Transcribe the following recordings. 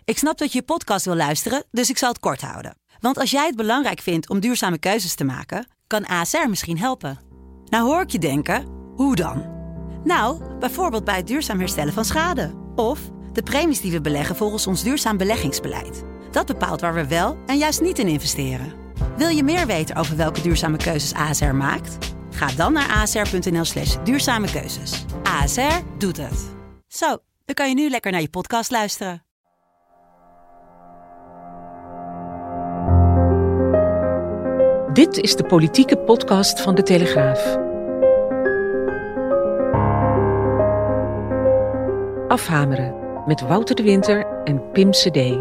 Ik snap dat je podcast wil luisteren, dus ik zal het kort houden. Want als jij het belangrijk vindt om duurzame keuzes te maken, kan ASR misschien helpen. Nou hoor ik je denken, hoe dan? Nou, bijvoorbeeld bij het duurzaam herstellen van schade. Of de premies die we beleggen volgens ons duurzaam beleggingsbeleid. Dat bepaalt waar we wel en juist niet in investeren. Wil je meer weten over welke duurzame keuzes ASR maakt? Ga dan naar asr.nl/duurzame keuzes. ASR doet het. Zo, dan kan je nu lekker naar je podcast luisteren. Dit is de politieke podcast van De Telegraaf. Afhameren met Wouter de Winter en Pim Cedee.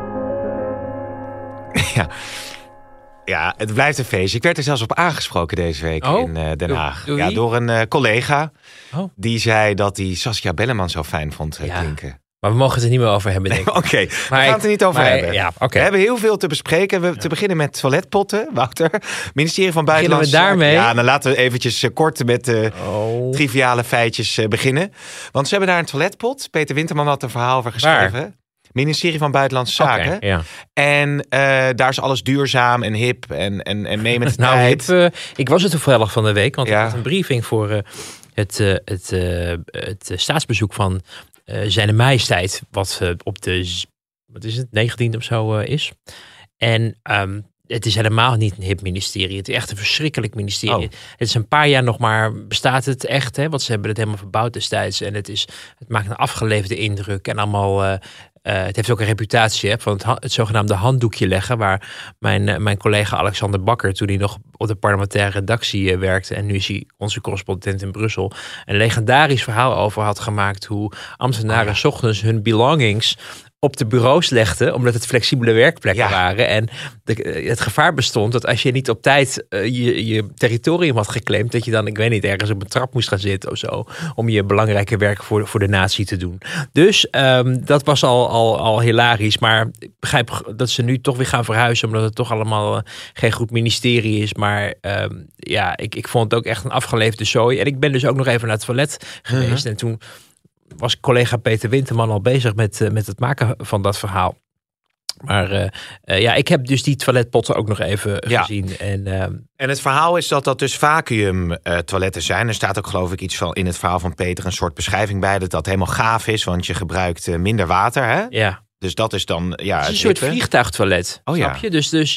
Ja, het blijft een feestje. Ik werd er zelfs op aangesproken deze week in Den Haag. Door een collega die zei dat hij Saskia Belleman zo fijn vond klinken. Maar we mogen het er niet meer over hebben, denk ik. Oké, we gaan het er niet over hebben. Ja, okay. We hebben heel veel te bespreken. Te beginnen met toiletpotten, Wouter. Ministerie van Buitenlandse Zaken. Beginnen we daarmee? Ja, dan laten we eventjes kort met de triviale feitjes beginnen. Want ze hebben daar een toiletpot. Peter Winterman had een verhaal over geschreven. Waar? Ministerie van Buitenlandse Zaken. Okay, ja. En daar is alles duurzaam en hip en mee met de tijd. Hip, ik was er toevallig van de week, want ik had een briefing voor het staatsbezoek van Zijne Majesteit, wat op de, 19e of zo is. En het is helemaal niet een hip ministerie. Het is echt een verschrikkelijk ministerie. Het is een paar jaar nog maar, bestaat het echt, hè? Want ze hebben het helemaal verbouwd destijds. En het maakt een afgeleefde indruk. En allemaal, het heeft ook een reputatie van het zogenaamde handdoekje leggen. Waar mijn collega Alexander Bakker, toen hij nog op de parlementaire redactie werkte. En nu is hij onze correspondent in Brussel. Een legendarisch verhaal over had gemaakt. Hoe ambtenaren 's ochtends hun belongings op de bureaus legden, omdat het flexibele werkplekken waren. En het gevaar bestond dat als je niet op tijd je territorium had geclaimd, dat je dan, ik weet niet, ergens op een trap moest gaan zitten of zo, om je belangrijke werk voor de natie te doen. Dus dat was al hilarisch. Maar ik begrijp dat ze nu toch weer gaan verhuizen, omdat het toch allemaal geen goed ministerie is. Maar ik vond het ook echt een afgeleefde zooi. En ik ben dus ook nog even naar het toilet geweest. En toen was collega Peter Winterman al bezig met het maken van dat verhaal. Maar ik heb dus die toiletpotten ook nog even gezien. En het verhaal is dat dus vacuüm toiletten zijn. Er staat ook geloof ik iets van in het verhaal van Peter een soort beschrijving bij dat helemaal gaaf is, want je gebruikt minder water, hè? Ja. Dus dat is dan het is een soort vliegtuigtoilet, snap je? Dus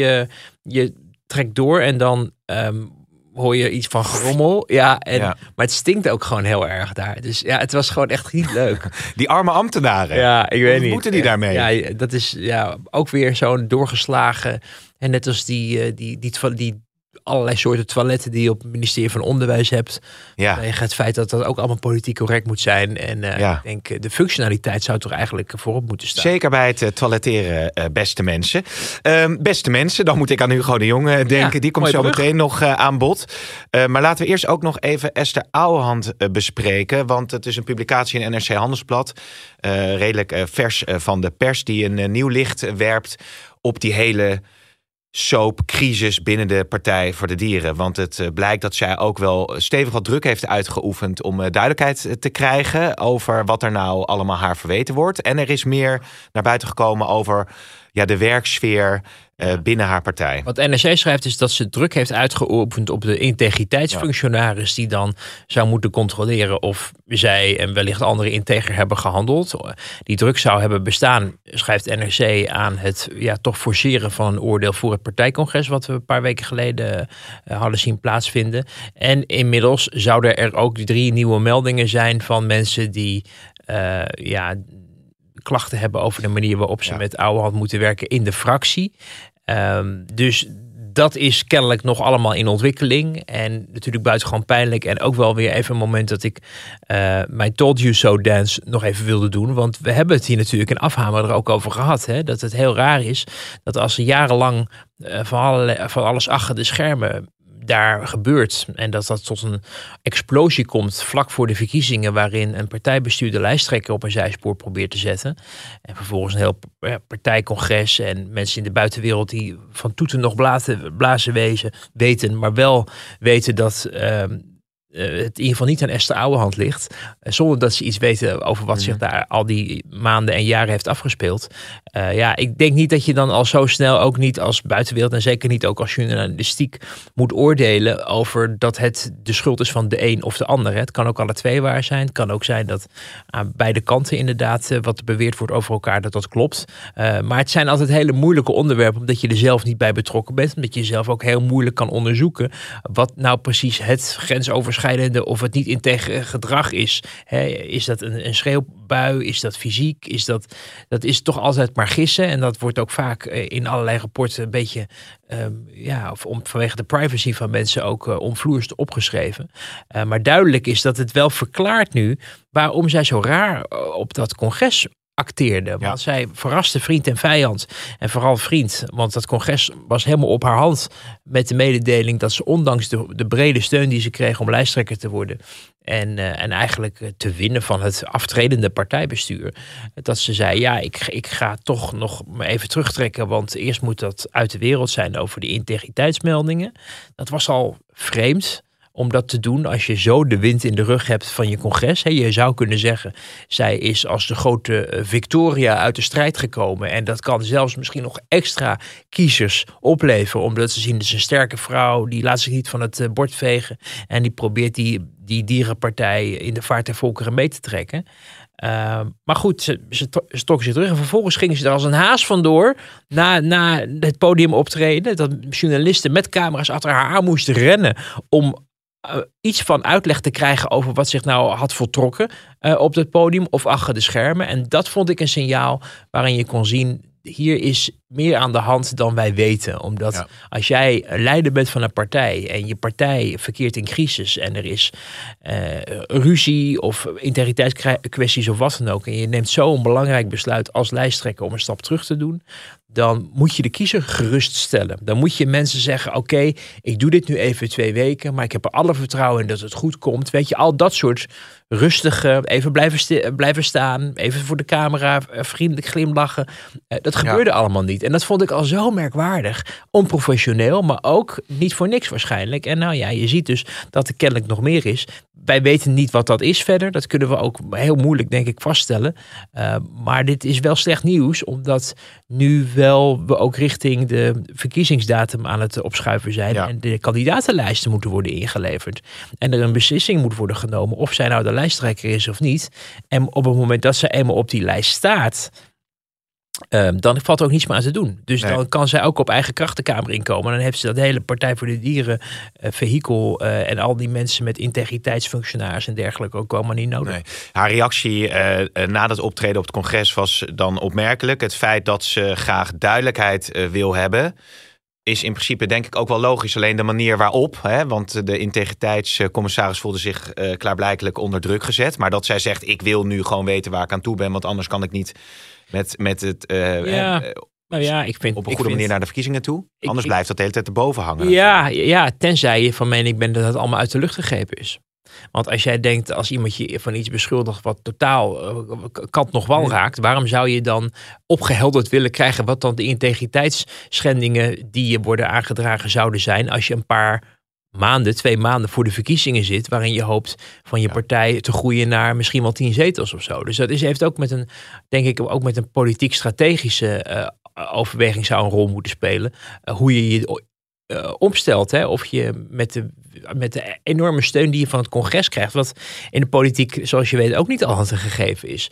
je trekt door en dan hoor je iets van gerommel. Maar het stinkt ook gewoon heel erg daar. Dus het was gewoon echt niet leuk. Die arme ambtenaren. Ja, ik weet niet. Hoe moeten die daarmee? Ja, dat is ook weer zo'n doorgeslagen. En net als die allerlei soorten toiletten die je op het ministerie van Onderwijs hebt. Vanwege het feit dat dat ook allemaal politiek correct moet zijn. En ik denk, de functionaliteit zou toch eigenlijk voorop moeten staan. Zeker bij het toiletteren, beste mensen. Beste mensen, dan moet ik aan Hugo de Jong denken. Die komt zo meteen nog aan bod. Maar laten we eerst ook nog even Esther Ouwehand bespreken. Want het is een publicatie in NRC Handelsblad. Redelijk vers van de pers, die een nieuw licht werpt op die hele soapcrisis binnen de Partij voor de Dieren. Want het blijkt dat zij ook wel stevig wat druk heeft uitgeoefend om duidelijkheid te krijgen over wat er nou allemaal haar verweten wordt. En er is meer naar buiten gekomen over de werksfeer binnen haar partij. Wat NRC schrijft is dat ze druk heeft uitgeoefend op de integriteitsfunctionaris die dan zou moeten controleren of zij en wellicht anderen integer hebben gehandeld. Die druk zou hebben bestaan, schrijft NRC, aan het toch forceren van een oordeel voor het partijcongres wat we een paar weken geleden hadden zien plaatsvinden. En inmiddels zouden er ook 3 nieuwe meldingen zijn van mensen die klachten hebben over de manier waarop ze met Ouwehand moeten werken in de fractie. Dus dat is kennelijk nog allemaal in ontwikkeling. En natuurlijk buitengewoon pijnlijk. En ook wel weer even een moment dat ik mijn Told You So dance nog even wilde doen. Want we hebben het hier natuurlijk in Afhameren er ook over gehad. Hè? Dat het heel raar is dat als er jarenlang van alles achter de schermen daar gebeurt en dat tot een explosie komt vlak voor de verkiezingen waarin een partijbestuur de lijsttrekker op een zijspoor probeert te zetten en vervolgens een heel partijcongres en mensen in de buitenwereld die van toeten nog blazen weten, maar wel weten dat het in ieder geval niet aan Esther Ouwehand ligt. Zonder dat ze iets weten over wat zich daar al die maanden en jaren heeft afgespeeld. Ik denk niet dat je dan al zo snel ook niet als buitenwereld en zeker niet ook als journalistiek moet oordelen over dat het de schuld is van de een of de ander. Het kan ook alle twee waar zijn. Het kan ook zijn dat aan beide kanten inderdaad wat beweerd wordt over elkaar dat klopt. Maar het zijn altijd hele moeilijke onderwerpen omdat je er zelf niet bij betrokken bent. Omdat je zelf ook heel moeilijk kan onderzoeken wat nou precies het grensoverschrijdende of het niet integere gedrag is. Is dat een schreeuwbui? Is dat fysiek? Dat is toch altijd maar gissen. En dat wordt ook vaak in allerlei rapporten een beetje vanwege de privacy van mensen ook omvloerst opgeschreven. Maar duidelijk is dat het wel verklaart nu waarom zij zo raar op dat congres acteerde. Want zij verraste vriend en vijand. En vooral vriend, want dat congres was helemaal op haar hand met de mededeling dat ze ondanks de brede steun die ze kreeg om lijsttrekker te worden en eigenlijk te winnen van het aftredende partijbestuur, dat ze zei, ik ga toch nog even terugtrekken, want eerst moet dat uit de wereld zijn over de integriteitsmeldingen. Dat was al vreemd om dat te doen als je zo de wind in de rug hebt van je congres. Je zou kunnen zeggen, zij is als de grote Victoria uit de strijd gekomen. En dat kan zelfs misschien nog extra kiezers opleveren. Omdat ze zien, dat is een sterke vrouw, die laat zich niet van het bord vegen. En die probeert die dierenpartij in de vaart der volkeren mee te trekken. Maar goed, ze trok zich terug. En vervolgens gingen ze er als een haas vandoor na het podium optreden. Dat journalisten met camera's achter haar aan moesten rennen om iets van uitleg te krijgen over wat zich nou had voltrokken op het podium of achter de schermen. En dat vond ik een signaal waarin je kon zien, hier is meer aan de hand dan wij weten. Omdat als jij leider bent van een partij en je partij verkeert in crisis en er is ruzie of integriteitskwesties of wat dan ook, en je neemt zo'n belangrijk besluit als lijsttrekker om een stap terug te doen, dan moet je de kiezer geruststellen. Dan moet je mensen zeggen, oké, ik doe dit nu even 2 weken, maar ik heb er alle vertrouwen in dat het goed komt. Weet je, al dat soort rustige, even blijven staan, even voor de camera, vriendelijk glimlachen. Dat gebeurde allemaal niet. En dat vond ik al zo merkwaardig. Onprofessioneel, maar ook niet voor niks waarschijnlijk. En je ziet dus dat er kennelijk nog meer is. Wij weten niet wat dat is verder. Dat kunnen we ook heel moeilijk, denk ik, vaststellen. Maar dit is wel slecht nieuws, omdat nu wel we ook richting de verkiezingsdatum aan het opschuiven zijn. Ja. En de kandidatenlijsten moeten worden ingeleverd. En er een beslissing moet worden genomen of zij nou de lijsttrekker is of niet. En op het moment dat ze eenmaal op die lijst staat, dan valt er ook niets meer aan te doen. Dus dan kan zij ook op eigen kracht de Kamer inkomen. Dan heeft ze dat hele Partij voor de Dieren vehikel en al die mensen met integriteitsfunctionaris en dergelijke ook allemaal niet nodig. Nee. Haar reactie na dat optreden op het congres was dan opmerkelijk. Het feit dat ze graag duidelijkheid wil hebben, is in principe denk ik ook wel logisch. Alleen de manier waarop, want de integriteitscommissaris voelde zich klaarblijkelijk onder druk gezet. Maar dat zij zegt, ik wil nu gewoon weten waar ik aan toe ben, want anders kan ik niet met het ik vind, op een goede manier naar de verkiezingen toe. Anders blijft dat de hele tijd erboven hangen. Ja, tenzij je van mening bent dat het allemaal uit de lucht gegrepen is. Want als jij denkt, als iemand je van iets beschuldigt wat totaal kant nog wal raakt, waarom zou je dan opgehelderd willen krijgen wat dan de integriteitsschendingen die je worden aangedragen zouden zijn als je een paar 2 maanden voor de verkiezingen zit, waarin je hoopt van je partij te groeien naar misschien wel 10 zetels of zo. Dus dat heeft ook met een politiek-strategische overweging zou een rol moeten spelen. Hoe je opstelt, of je met de enorme steun die je van het congres krijgt, wat in de politiek, zoals je weet, ook niet altijd een gegeven is.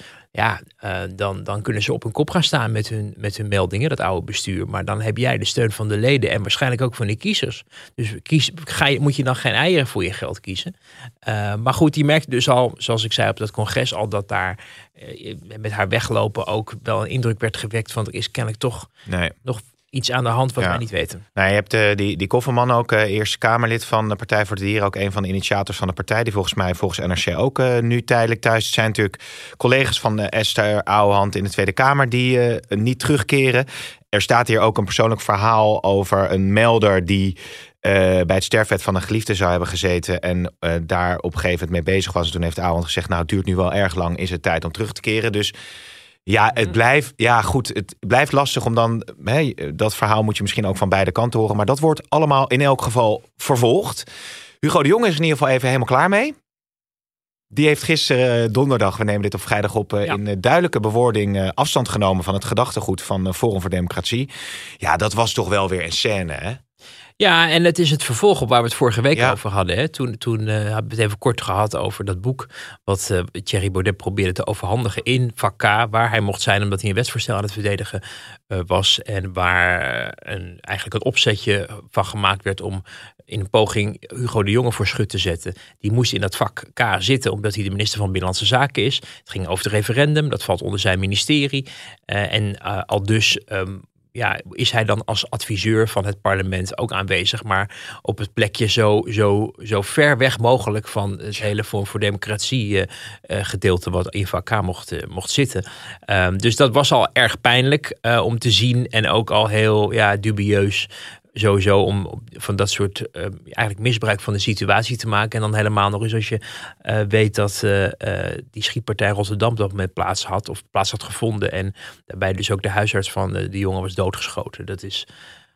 Dan kunnen ze op hun kop gaan staan met hun meldingen, dat oude bestuur. Maar dan heb jij de steun van de leden en waarschijnlijk ook van de kiezers. Dus moet je dan geen eieren voor je geld kiezen. Maar goed, die merkte dus al, zoals ik zei op dat congres, al dat daar met haar weglopen ook wel een indruk werd gewekt van er is kennelijk toch nog iets aan de hand wat wij niet weten. Nou, je hebt die Kofferman ook, Eerste Kamerlid van de Partij voor de Dieren, ook een van de initiators van de partij, die volgens NRC ook nu tijdelijk thuis. Het zijn natuurlijk collega's van Esther Ouwehand in de Tweede Kamer die niet terugkeren. Er staat hier ook een persoonlijk verhaal over een melder die bij het sterfbed van een geliefde zou hebben gezeten en daar op een gegeven moment mee bezig was. En toen heeft Ouwehand gezegd, nou, het duurt nu wel erg lang, is het tijd om terug te keren. Dus ja, het blijft lastig om dan, dat verhaal moet je misschien ook van beide kanten horen, maar dat wordt allemaal in elk geval vervolgd. Hugo de Jonge is in ieder geval even helemaal klaar mee. Die heeft gisteren donderdag, we nemen dit op vrijdag op, in duidelijke bewoording afstand genomen van het gedachtegoed van Forum voor Democratie. Ja, dat was toch wel weer een scène, hè? Ja, en het is het vervolg op waar we het vorige week over hadden. Hè? Toen hebben we het even kort gehad over dat boek wat Thierry Baudet probeerde te overhandigen in vak K, waar hij mocht zijn omdat hij een wetsvoorstel aan het verdedigen was. En waar eigenlijk een opzetje van gemaakt werd om in een poging Hugo de Jonge voor schut te zetten. Die moest in dat vak K zitten omdat hij de minister van Binnenlandse Zaken is. Het ging over het referendum, dat valt onder zijn ministerie. Aldus is hij dan als adviseur van het parlement ook aanwezig, maar op het plekje zo ver weg mogelijk van het hele Forum voor Democratie gedeelte wat in vak K mocht zitten. Dus dat was al erg pijnlijk om te zien en ook al heel dubieus. Sowieso om van dat soort eigenlijk misbruik van de situatie te maken. En dan helemaal nog eens als je weet dat die schietpartij in Rotterdam op dat moment plaats had gevonden. En daarbij dus ook de huisarts van de jongen was doodgeschoten. Dat is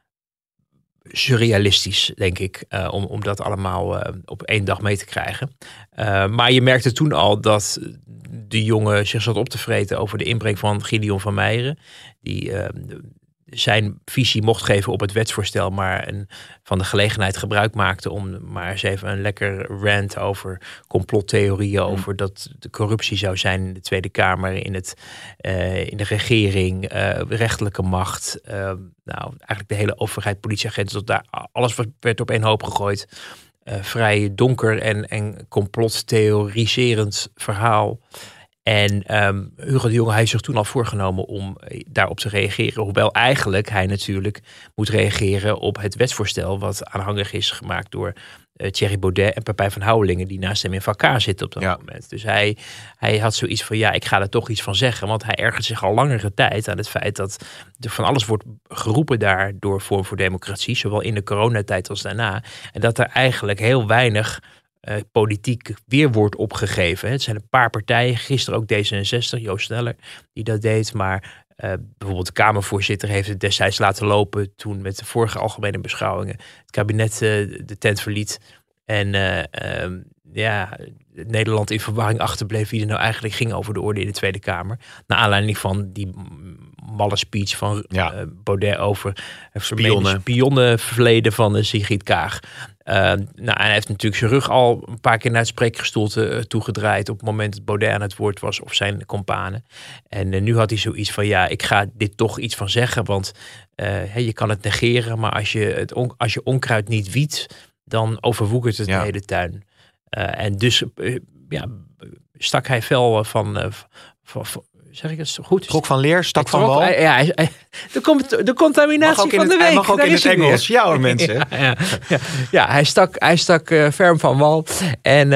surrealistisch, denk ik, om dat allemaal op één dag mee te krijgen. Maar je merkte toen al dat de jongen zich zat op te vreten over de inbreng van Gideon van Meijeren. Die zijn visie mocht geven op het wetsvoorstel, maar van de gelegenheid gebruik maakte om maar eens even een lekker rant over complottheorieën, over dat de corruptie zou zijn in de Tweede Kamer, in de regering, rechterlijke macht, eigenlijk de hele overheid, politieagenten, tot daar alles werd op één hoop gegooid. Vrij donker en complottheoriserend verhaal. En Hugo de Jonge heeft zich toen al voorgenomen om daarop te reageren. Hoewel eigenlijk hij natuurlijk moet reageren op het wetsvoorstel wat aanhangig is gemaakt door Thierry Baudet en Pepijn van Houwelingen, die naast hem in vak K zitten op dat moment. Dus hij had zoiets van, ik ga er toch iets van zeggen. Want hij ergert zich al langere tijd aan het feit dat er van alles wordt geroepen daar door Forum voor Democratie, zowel in de coronatijd als daarna. En dat er eigenlijk heel weinig politiek weer wordt opgegeven. Het zijn een paar partijen, gisteren ook D66, Joost Sneller, die dat deed. Maar bijvoorbeeld de Kamervoorzitter heeft het destijds laten lopen toen met de vorige algemene beschouwingen het kabinet de tent verliet. En Nederland in verwarring achterbleef wie er nou eigenlijk ging over de orde in de Tweede Kamer. Naar aanleiding van die malle speech van Baudet over het spionnenverleden van Sigrid Kaag. En hij heeft natuurlijk zijn rug al een paar keer naar het spreekgestoelte toegedraaid op het moment dat Baudet aan het woord was of zijn companen. En nu had hij zoiets van, ik ga dit toch iets van zeggen, want je kan het negeren, maar als je onkruid niet wiedt, dan overwoekert het de hele tuin. En dus stak hij fel van zeg ik het goed? Trok van leer, stak van wal. De contaminatie van de week. Hij mag ook in het Engels. Ja hoor, mensen. Hij stak ferm van wal. En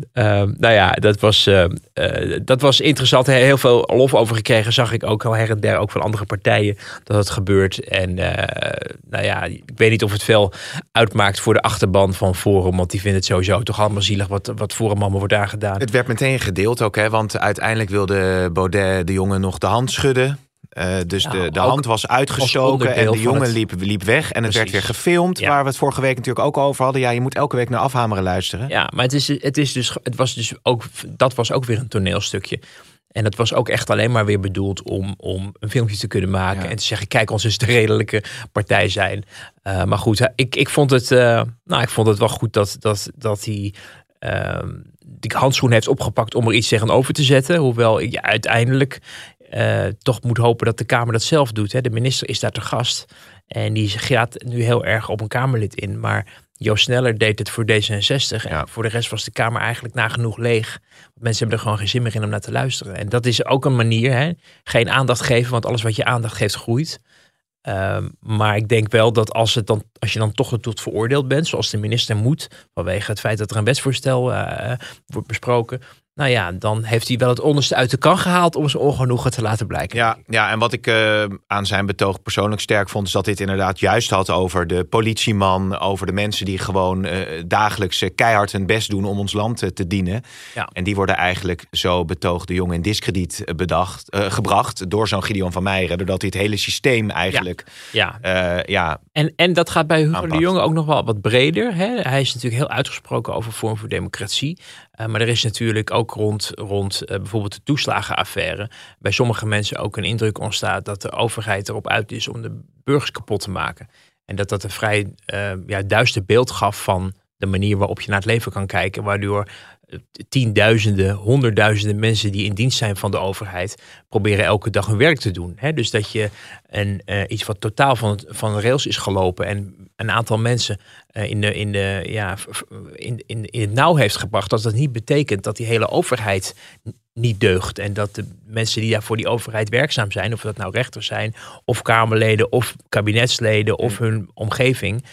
dat was interessant. Heel veel lof over gekregen. Zag ik ook al her en der, ook van andere partijen, dat het gebeurt. En ik weet niet of het veel uitmaakt voor de achterban van Forum. Want die vinden het sowieso toch allemaal zielig wat Forum allemaal wordt aangedaan. Het werd meteen gedeeld ook, hè, want uiteindelijk wilde Baudet de jongen nog de hand schudden. Dus de hand was uitgestoken en de jongen liep weg. En het werd weer gefilmd, waar we het vorige week natuurlijk ook over hadden. Je moet elke week naar Afhameren luisteren. Ja, maar dat was ook weer een toneelstukje. En dat was ook echt alleen maar weer bedoeld om een filmpje te kunnen maken. En te zeggen, kijk, ons eens de redelijke partij zijn. Maar goed, ik vond het wel goed dat hij die handschoen heeft opgepakt om er iets tegenover te zetten. Hoewel je uiteindelijk toch moet hopen dat de Kamer dat zelf doet. Hè. De minister is daar te gast. En die gaat nu heel erg op een Kamerlid in. Maar Joost Sneller deed het voor D66. En voor de rest was de Kamer eigenlijk nagenoeg leeg. Mensen hebben er gewoon geen zin meer in om naar te luisteren. En dat is ook een manier. Hè. Geen aandacht geven, want alles wat je aandacht geeft groeit. Maar ik denk wel dat als je dan toch tot veroordeeld bent, zoals de minister moet, vanwege het feit dat er een wetsvoorstel wordt besproken, nou ja, dan heeft hij wel het onderste uit de kan gehaald om zijn ongenoegen te laten blijken. Ja, en wat ik aan zijn betoog persoonlijk sterk vond, is dat dit inderdaad juist had over de politieman, over de mensen die gewoon dagelijks keihard hun best doen om ons land te dienen. Ja. En die worden eigenlijk zo betoog de jongen in diskrediet gebracht door zo'n Gideon van Meijeren, doordat hij het hele systeem eigenlijk En dat gaat bij Hugo aanpakt. de Jonge ook nog wel wat breder. Hè? Hij is natuurlijk heel uitgesproken over Forum voor Democratie. Maar er is natuurlijk ook rond bijvoorbeeld de toeslagenaffaire bij sommige mensen ook een indruk ontstaat dat de overheid erop uit is om de burgers kapot te maken. En dat een vrij duister beeld gaf van de manier waarop je naar het leven kan kijken, waardoor tienduizenden, honderdduizenden mensen die in dienst zijn van de overheid proberen elke dag hun werk te doen. Hè? Dus dat je iets wat totaal van de rails is gelopen en een aantal mensen in het nauw heeft gebracht, dat niet betekent dat die hele overheid niet deugt. En dat de mensen die daar voor die overheid werkzaam zijn, of dat nou rechters zijn, of Kamerleden, of kabinetsleden, of hun omgeving,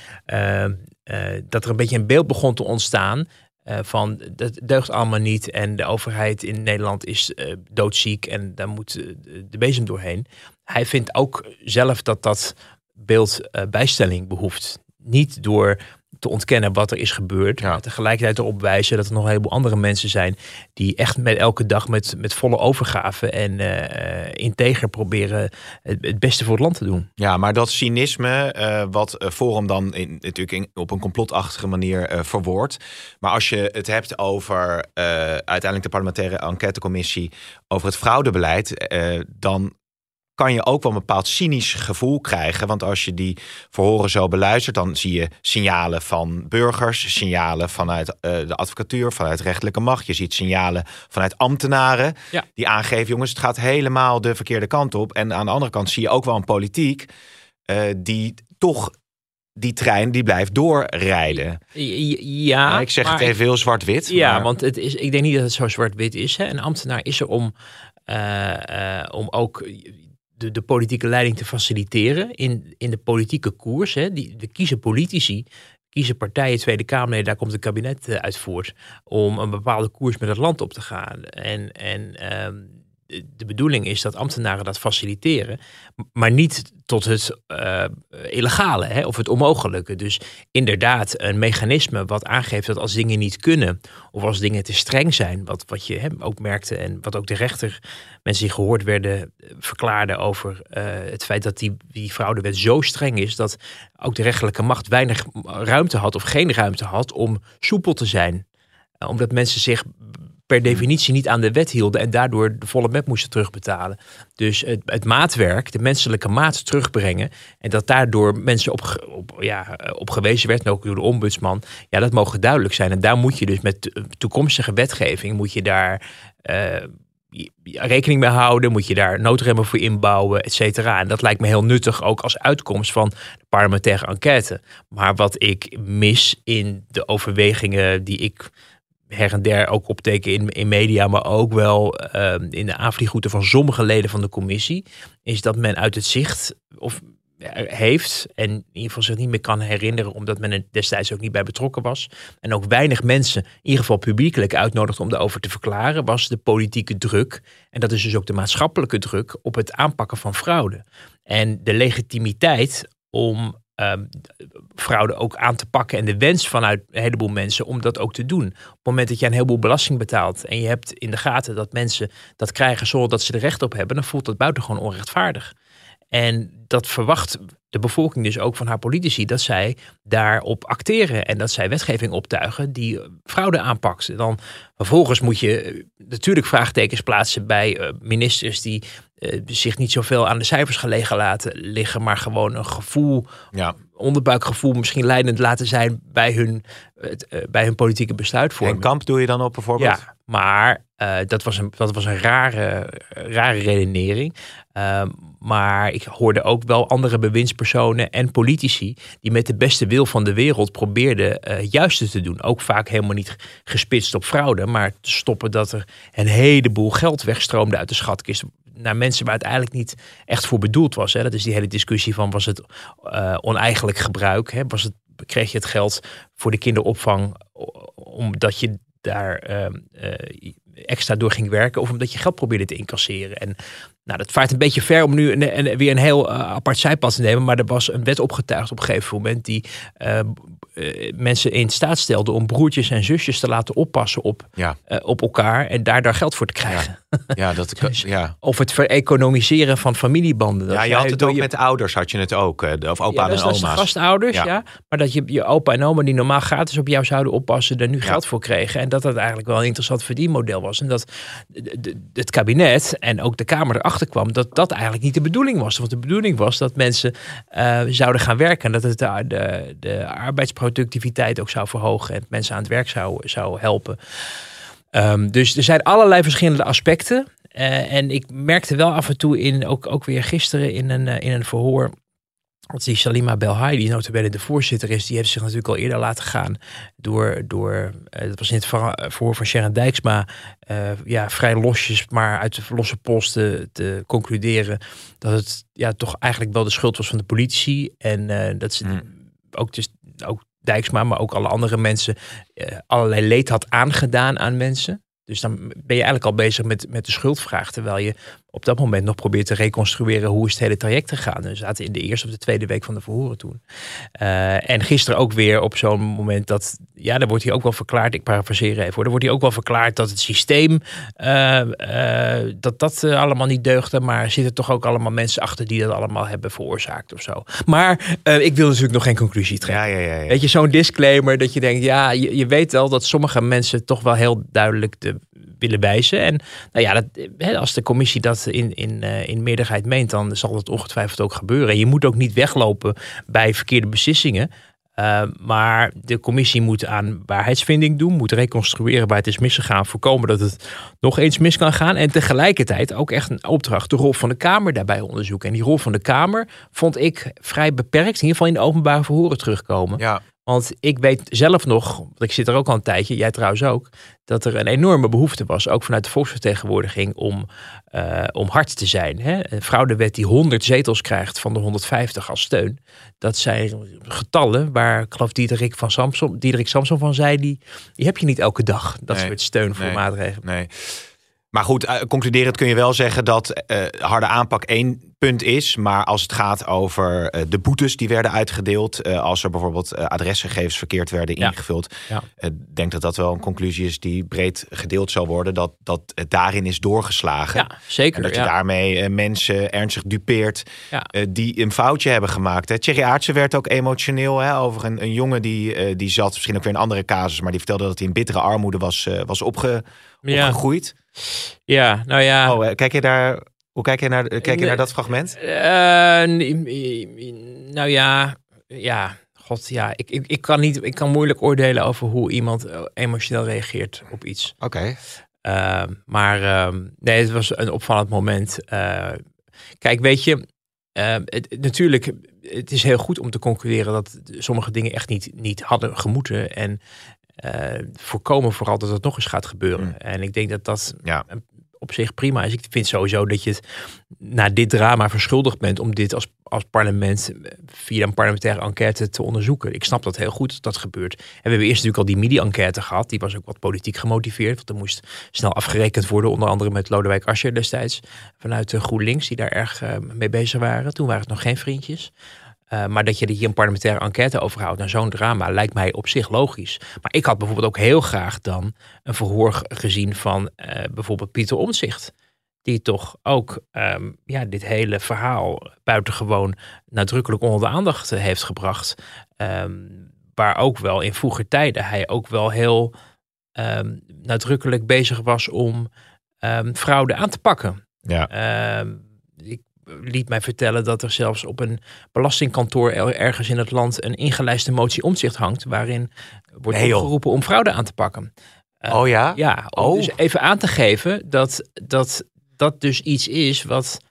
dat er een beetje een beeld begon te ontstaan van dat deugt allemaal niet en de overheid in Nederland is doodziek en daar moet de bezem doorheen. Hij vindt ook zelf dat beeld bijstelling behoeft. Niet door te ontkennen wat er is gebeurd, maar tegelijkertijd erop wijzen dat er nog een heleboel andere mensen zijn die echt met elke dag met volle overgave en integer proberen het beste voor het land te doen. Ja, maar dat cynisme, wat Forum dan natuurlijk op een complotachtige manier verwoordt. Maar als je het hebt over uiteindelijk de parlementaire enquêtecommissie over het fraudebeleid, dan kan je ook wel een bepaald cynisch gevoel krijgen. Want als je die verhoren zo beluistert, dan zie je signalen van burgers, signalen vanuit de advocatuur, vanuit rechterlijke macht. Je ziet signalen vanuit ambtenaren die aangeven, jongens, het gaat helemaal de verkeerde kant op. En aan de andere kant zie je ook wel een politiek die toch die trein die blijft doorrijden. Ja, ik zeg het even heel zwart-wit. Ja, maar want ik denk niet dat het zo zwart-wit is. Hè. Een ambtenaar is er om ook de politieke leiding te faciliteren in de politieke koers. Hè. De kiezen politici, kiezen partijen, Tweede Kamerleden, daar komt het kabinet uit voort, om een bepaalde koers met het land op te gaan. En de bedoeling is dat ambtenaren dat faciliteren, maar niet tot het illegale, hè, of het onmogelijke. Dus inderdaad een mechanisme wat aangeeft dat als dingen niet kunnen of als dingen te streng zijn, wat je ook merkte en wat ook de rechter, mensen die gehoord werden, verklaarden over het feit dat die fraudewet zo streng is dat ook de rechterlijke macht weinig ruimte had of geen ruimte had om soepel te zijn. Omdat mensen zich per definitie niet aan de wet hielden en daardoor de volle met moesten terugbetalen. Dus het maatwerk, de menselijke maat terugbrengen en dat daardoor mensen op gewezen werd, en ook door de ombudsman, dat mogen duidelijk zijn. En daar moet je dus met toekomstige wetgeving, moet je daar rekening mee houden, moet je daar noodremmen voor inbouwen, et cetera. En dat lijkt me heel nuttig ook als uitkomst van de parlementaire enquête. Maar wat ik mis in de overwegingen die ik her en der ook opteken in media, maar ook wel in de aanvliegroute van sommige leden van de commissie, is dat men uit het zicht heeft en in ieder geval zich niet meer kan herinneren, omdat men er destijds ook niet bij betrokken was en ook weinig mensen, in ieder geval publiekelijk, uitnodigde om daarover te verklaren, was de politieke druk, en dat is dus ook de maatschappelijke druk, op het aanpakken van fraude. En de legitimiteit om fraude ook aan te pakken en de wens vanuit een heleboel mensen om dat ook te doen. Op het moment dat je een heleboel belasting betaalt en je hebt in de gaten dat mensen dat krijgen zonder dat ze er recht op hebben, dan voelt dat buitengewoon onrechtvaardig. En dat verwacht de bevolking dus ook van haar politici, dat zij daarop acteren en dat zij wetgeving optuigen die fraude aanpakt. Dan vervolgens moet je natuurlijk vraagtekens plaatsen bij ministers die zich niet zoveel aan de cijfers gelegen laten liggen, maar gewoon een gevoel, onderbuikgevoel misschien leidend laten zijn bij hun politieke besluitvorming. En Kamp doe je dan op bijvoorbeeld? Ja, maar dat was een rare redenering. Maar ik hoorde ook wel andere bewindspersonen en politici die met de beste wil van de wereld probeerden het juiste te doen. Ook vaak helemaal niet gespitst op fraude, maar te stoppen dat er een heleboel geld wegstroomde uit de schatkist naar mensen waar het eigenlijk niet echt voor bedoeld was. Hè. Dat is die hele discussie van, was het oneigenlijk gebruik? Hè? Kreeg je het geld voor de kinderopvang omdat je daar extra door ging werken of omdat je geld probeerde te incasseren. En dat vaart een beetje ver om nu weer een heel apart zijpad te nemen. Maar er was een wet opgetuigd op een gegeven moment die mensen in staat stelde om broertjes en zusjes te laten oppassen op elkaar en daar geld voor te krijgen. Ja, Of het vereconomiseren van familiebanden. Ja, je had het ook met ouders, had je het ook. Of opa en oma's. Gastouders, ja. Maar dat je opa en oma die normaal gratis op jou zouden oppassen, er nu geld voor kregen. En dat eigenlijk wel een interessant verdienmodel was. En dat het kabinet en ook de Kamer erachter kwam dat eigenlijk niet de bedoeling was. Want de bedoeling was dat mensen zouden gaan werken. En dat het de arbeidsproductiviteit ook zou verhogen. En mensen aan het werk zou helpen. Dus er zijn allerlei verschillende aspecten. En ik merkte wel af en toe ook weer gisteren in een verhoor. Want die Shalima Belhaai, die nota bene de voorzitter is, die heeft zich natuurlijk al eerder laten gaan door dat was in het verhoor van Sharon Dijksma, vrij losjes, maar uit de losse posten te concluderen dat het toch eigenlijk wel de schuld was van de politici. En dat ze ook Dijksma, maar ook alle andere mensen allerlei leed had aangedaan aan mensen. Dus dan ben je eigenlijk al bezig met de schuldvraag. Terwijl je op dat moment nog probeert te reconstrueren hoe is het hele traject gegaan. We zaten in de eerste of de tweede week van de verhoren toen. En gisteren ook weer op zo'n moment dat, daar wordt hier ook wel verklaard, ik parafraseer even hoor, er wordt hier ook wel verklaard dat het systeem, dat allemaal niet deugde. Maar zitten toch ook allemaal mensen achter die dat allemaal hebben veroorzaakt of zo. Maar ik wil natuurlijk nog geen conclusie trekken. Ja. Weet je, zo'n disclaimer dat je denkt, je weet wel dat sommige mensen toch wel heel duidelijk willen wijzen. En als de commissie dat in meerderheid meent, dan zal dat ongetwijfeld ook gebeuren. En je moet ook niet weglopen bij verkeerde beslissingen. Maar de commissie moet aan waarheidsvinding doen, moet reconstrueren waar het is misgegaan, voorkomen dat het nog eens mis kan gaan. En tegelijkertijd ook echt een opdracht, de rol van de Kamer daarbij onderzoeken. En die rol van de Kamer vond ik vrij beperkt, in ieder geval in de openbare verhoren terugkomen. Ja. Want ik weet zelf nog, want ik zit er ook al een tijdje, jij trouwens ook, dat er een enorme behoefte was, ook vanuit de volksvertegenwoordiging, om hard te zijn. Hè? Een fraudewet die 100 zetels krijgt van de 150 als steun. Dat zijn getallen waar, ik geloof, Diederik Samsom van zei, die heb je niet elke dag. Dat soort steun voor maatregelen. Nee. Maar goed, concluderend kun je wel zeggen dat harde aanpak 1 punt is. Maar als het gaat over de boetes die werden uitgedeeld, als er bijvoorbeeld adresgegevens verkeerd werden ingevuld. Denk dat wel een conclusie is die breed gedeeld zal worden. Dat het daarin is doorgeslagen. Ja, zeker. En dat je daarmee mensen ernstig dupeert die een foutje hebben gemaakt. Hè. Thierry Aartsen werd ook emotioneel over een jongen die zat, misschien ook weer een andere casus, maar die vertelde dat hij in bittere armoede was opgegroeid. Ja, nou ja. Oh, kijk je daar? Hoe kijk je naar dat fragment? Ik kan moeilijk oordelen over hoe iemand emotioneel reageert op iets. Oké. Het was een opvallend moment. Kijk, weet je, natuurlijk, het is heel goed om te concluderen dat sommige dingen echt niet hadden gemoeten en voorkomen vooral dat het nog eens gaat gebeuren. En ik denk dat op zich prima is. Ik vind sowieso dat je het na dit drama verschuldigd bent om dit als parlement via een parlementaire enquête te onderzoeken. Ik snap dat heel goed dat dat gebeurt. En we hebben eerst natuurlijk al die MIDI-enquête gehad. Die was ook wat politiek gemotiveerd. Want er moest snel afgerekend worden. Onder andere met Lodewijk Asscher destijds. Vanuit GroenLinks die daar erg mee bezig waren. Toen waren het nog geen vriendjes. Maar dat je er hier een parlementaire enquête over houdt naar zo'n drama lijkt mij op zich logisch. Maar ik had bijvoorbeeld ook heel graag dan een verhoor gezien van bijvoorbeeld Pieter Omtzigt. Die toch ook dit hele verhaal buitengewoon nadrukkelijk onder de aandacht heeft gebracht. Waar ook wel in vroeger tijden hij ook wel heel nadrukkelijk bezig was om fraude aan te pakken. Ja. Ik liet mij vertellen dat er zelfs op een belastingkantoor ergens in het land een ingelijste motie Omtzigt hangt, waarin wordt opgeroepen om fraude aan te pakken. Oh ja? Ja, om dus even aan te geven dat dus iets is wat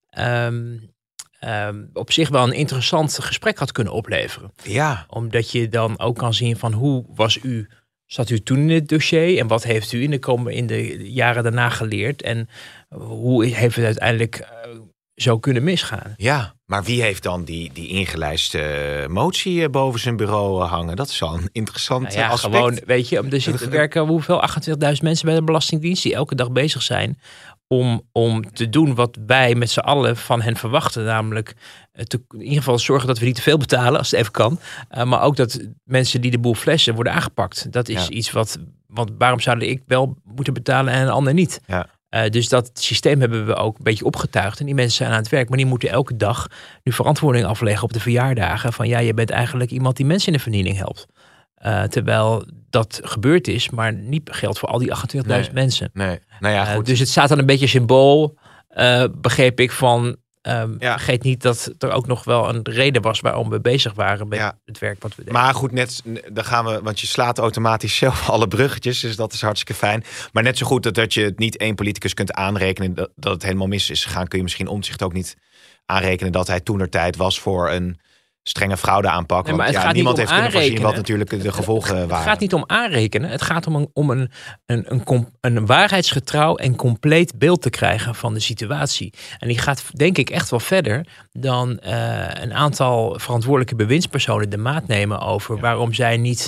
op zich wel een interessant gesprek had kunnen opleveren. Ja. Omdat je dan ook kan zien van hoe zat u toen in het dossier en wat heeft u in de jaren daarna geleerd en hoe heeft het uiteindelijk zo kunnen misgaan. Ja, Maar wie heeft dan die ingelijste motie boven zijn bureau hangen? Dat is wel een interessant aspect. Gewoon, weet je, er zitten werken 28.000 mensen bij de Belastingdienst die elke dag bezig zijn om te doen wat wij met z'n allen van hen verwachten. Namelijk in ieder geval zorgen dat we niet te veel betalen als het even kan. Maar ook dat mensen die de boel flessen worden aangepakt. Dat is iets want waarom zouden ik wel moeten betalen en een ander niet? Ja. Dus dat systeem hebben we ook een beetje opgetuigd. En die mensen zijn aan het werk, maar die moeten elke dag nu verantwoording afleggen op de verjaardagen. Van je bent eigenlijk iemand die mensen in de vernieling helpt. Terwijl dat gebeurd is, maar niet geldt voor al die 28.000 mensen. Nee. Nou ja, goed. Dus het staat dan een beetje symbool, begreep ik van... Vergeet niet dat er ook nog wel een reden was waarom we bezig waren met het werk wat we deden. Maar goed, dan gaan we, want je slaat automatisch zelf alle bruggetjes, dus dat is hartstikke fijn. Maar net zo goed dat je het niet één politicus kunt aanrekenen dat het helemaal mis is gegaan, kun je misschien Omtzigt ook niet aanrekenen dat hij toenertijd was voor een strenge fraudeaanpak. Nee, maar niemand heeft kunnen voorzien wat natuurlijk de gevolgen waren. Het gaat niet om aanrekenen. Het gaat om een waarheidsgetrouw en compleet beeld te krijgen van de situatie. En die gaat denk ik echt wel verder dan een aantal verantwoordelijke bewindspersonen de maat nemen over waarom zij niet...